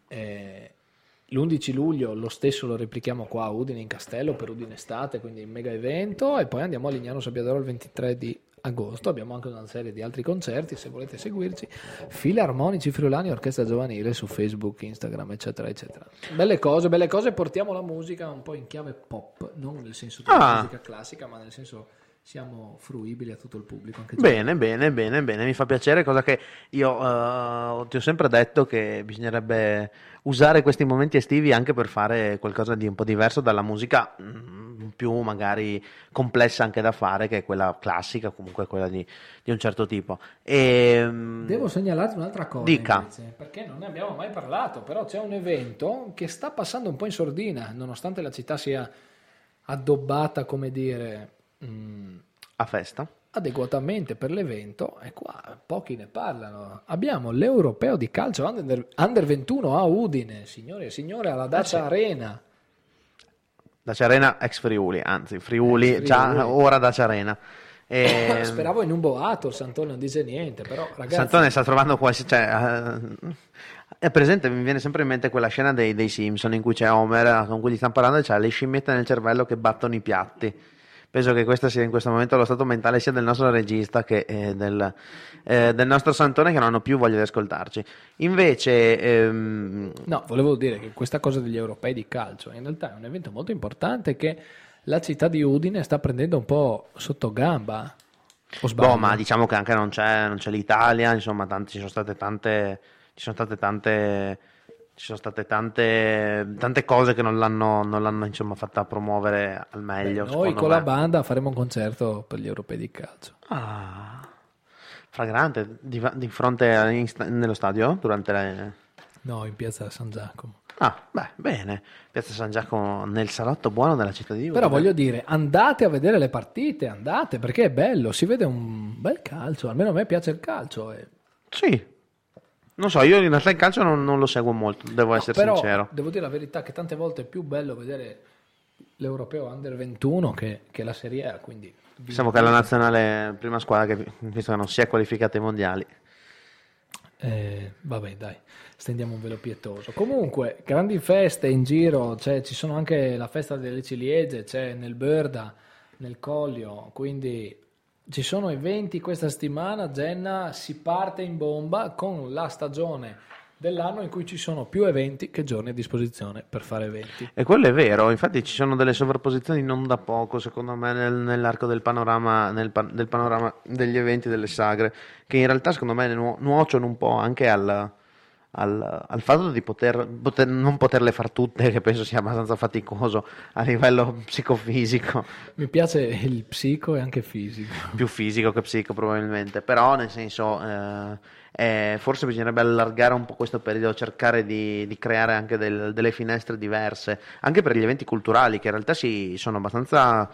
l'11 luglio, lo stesso lo replichiamo qua a Udine in Castello per Udine Estate, quindi un mega evento, e poi andiamo a Lignano Sabbiadoro il 23 di agosto. Abbiamo anche una serie di altri concerti, se volete seguirci. Filarmonici Friulani, Orchestra Giovanile su Facebook, Instagram, eccetera, eccetera. Belle cose, portiamo la musica un po' in chiave pop, non nel senso di musica classica, ma nel senso siamo fruibili a tutto il pubblico. Anche Bene, mi fa piacere, cosa che io ti ho sempre detto che bisognerebbe usare questi momenti estivi anche per fare qualcosa di un po' diverso dalla musica più magari complessa anche da fare, che è quella classica, comunque quella di un certo tipo. Devo segnalarti un'altra cosa, Dica. invece, perché non ne abbiamo mai parlato, però c'è un evento che sta passando un po' in sordina, nonostante la città sia addobbata, come dire, A festa? adeguatamente per l'evento, e qua pochi ne parlano. Abbiamo l'Europeo di calcio Under 21 a Udine, signore e signore, alla Dacia Arena. Dacia Arena ex Friuli, anzi Friuli, Ex già Friuli. ora Dacia Arena. Speravo in un boato, Sant'Antonio non dice niente, però ragazzi... Santone sta trovando quasi, è presente, mi viene sempre in mente quella scena dei Simpson in cui c'è Homer con cui gli stanno parlando e c'ha le scimmiette nel cervello che battono i piatti. Penso che questo sia in questo momento lo stato mentale sia del nostro regista che del nostro Santone, che non hanno più voglia di ascoltarci. Invece No, volevo dire che questa cosa degli europei di calcio in realtà è un evento molto importante che la città di Udine sta prendendo un po' sotto gamba. O sbaglio? ma diciamo che anche non c'è l'Italia, insomma, ci sono state tante cose che non l'hanno insomma fatta promuovere al meglio. Noi secondo con me. la banda faremo un concerto per gli europei di calcio. Fragrante di fronte nello stadio durante le... No, in piazza San Giacomo. Bene, Piazza San Giacomo, nel salotto buono della città di Udine. Però voglio dire, andate a vedere le partite, andate, perché è bello, si vede un bel calcio, almeno a me piace il calcio. Sì, non so, io in realtà il calcio non lo seguo molto, devo essere Però sincero. devo dire la verità che tante volte è più bello vedere l'Europeo Under 21 che la Serie A, quindi... Diciamo che è la nazionale prima squadra che, visto che non si è qualificata ai mondiali. Vabbè, dai, stendiamo un velo pietoso. Comunque, grandi feste in giro, ci sono anche la festa delle ciliegie, c'è nel Berda, nel Collio, quindi ci sono eventi questa settimana. Genna, si parte in bomba con la stagione dell'anno in cui ci sono più eventi che giorni a disposizione per fare eventi. E quello è vero, infatti ci sono delle sovrapposizioni non da poco, secondo me, nell'arco del panorama, del panorama degli eventi delle sagre, che in realtà secondo me nuociono un po' anche al fatto di non poterle far tutte, che penso sia abbastanza faticoso a livello psicofisico. Mi piace il psico e anche fisico. Più fisico che psico probabilmente, però nel senso forse bisognerebbe allargare un po' questo periodo, cercare di creare anche delle finestre diverse, anche per gli eventi culturali che in realtà sono abbastanza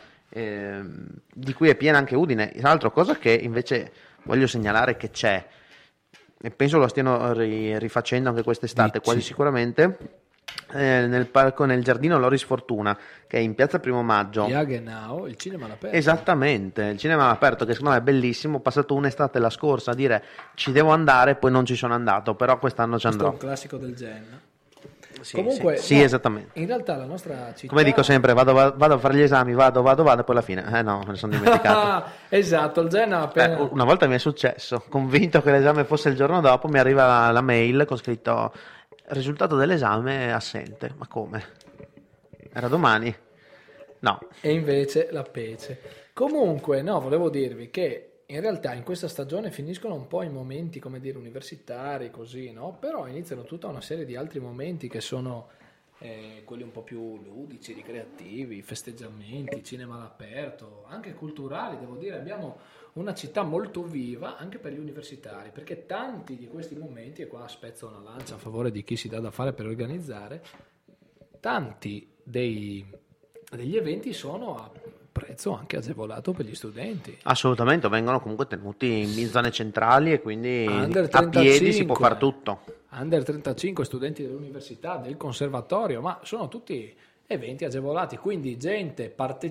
di cui è piena anche Udine. Tra l'altro, cosa che invece voglio segnalare che c'è, e penso lo stiano rifacendo anche quest'estate, quasi sicuramente, nel parco, nel giardino Loris Fortuna, che è in piazza Primo Maggio. Jagenau, il cinema all'aperto. Esattamente, il cinema all'aperto, che secondo me è bellissimo. Ho passato un'estate la scorsa a dire ci devo andare, poi non ci sono andato, però quest'anno ci andrò. Questo è un classico del Gen. Sì, Comunque, sì, esattamente. In realtà la nostra città... Come dico sempre, vado a fare gli esami, vado, e poi alla fine, no, me ne sono dimenticato. Esatto, il Gen ha appena... Una volta mi è successo, convinto che l'esame fosse il giorno dopo, mi arriva la mail con scritto risultato dell'esame assente. Ma come? Era domani? No. E invece la pece. Comunque, no, volevo dirvi che in realtà in questa stagione finiscono un po' i momenti, come dire, universitari, così, no? Però iniziano tutta una serie di altri momenti che sono quelli un po' più ludici, ricreativi, festeggiamenti, cinema all'aperto, anche culturali, devo dire. Abbiamo una città molto viva anche per gli universitari, perché tanti di questi momenti, e qua spezzo una lancia a favore di chi si dà da fare per organizzare, tanti degli eventi sono a prezzo anche agevolato per gli studenti. Assolutamente, vengono comunque tenuti in zone centrali e quindi Under a 35, piedi si può fare tutto. Under 35, studenti dell'università, del conservatorio, ma sono tutti eventi agevolati, quindi gente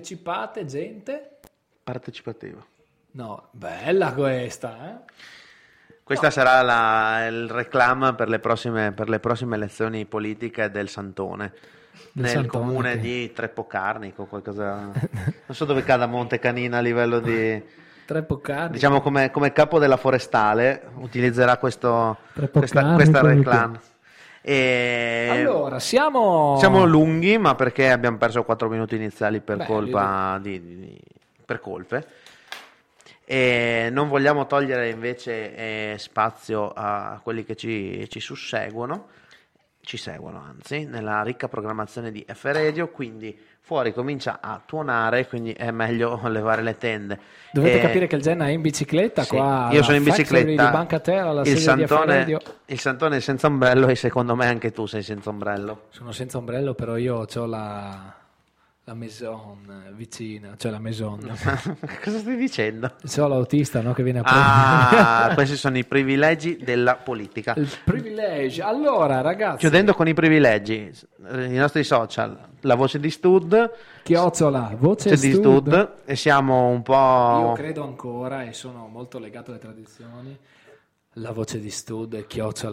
partecipativa. No, bella questa, Questa sarà il reclame per le prossime elezioni politiche del Santone. Nel Santone, comune di Treppocarnico, qualcosa. Non so dove cada Monte Canina a livello di. Treppocarnico. Diciamo come capo della forestale utilizzerà questa reclame. Allora, siamo lunghi, ma perché abbiamo perso 4 minuti iniziali per colpa per colpe. E non vogliamo togliere invece spazio a quelli che ci susseguono. Ci seguono anzi nella ricca programmazione di F Radio, quindi fuori comincia a tuonare, quindi è meglio levare le tende. Dovete capire che il Gen è in bicicletta, sì, qua io sono in bicicletta di Banca Terra, alla il sede di F Radio. Il Santone è senza ombrello e secondo me anche tu sei senza ombrello. Sono senza ombrello, però io ho la maison vicina, cioè la maison. Cosa stai dicendo? C'ho l'autista, no, che viene a prendere. Questi sono i privilegi della politica. Il privilegio. Allora, ragazzi, chiudendo con i privilegi, i nostri social, la voce di Stud, voce di Stud, e siamo un po'. Io credo ancora, e sono molto legato alle tradizioni, la voce di Stud,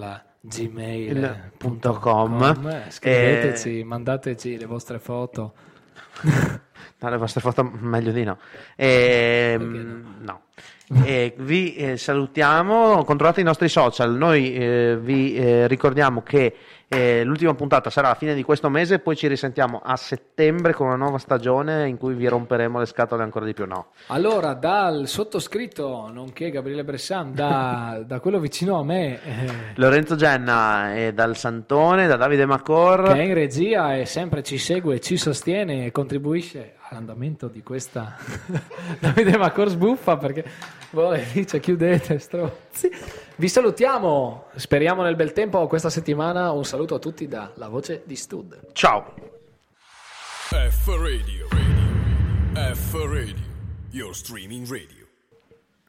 @gmail.com. Scriveteci, mandateci le vostre foto. No, le vostre foto meglio di no. No. Vi salutiamo, controllate i nostri social. Noi vi ricordiamo che l'ultima puntata sarà alla fine di questo mese, poi ci risentiamo a settembre con una nuova stagione in cui vi romperemo le scatole ancora di più. No. Allora, dal sottoscritto, nonché Gabriele Bressan, da quello vicino a me, Lorenzo Genna, e dal Santone, da Davide Macor, che è in regia e sempre ci segue, ci sostiene e contribuisce all'andamento di questa. Davide Macor sbuffa perché dice chiudete strozzi. Vi salutiamo, speriamo nel bel tempo questa settimana. Un saluto a tutti da La Voce di Stud. Ciao. F Radio, your streaming radio.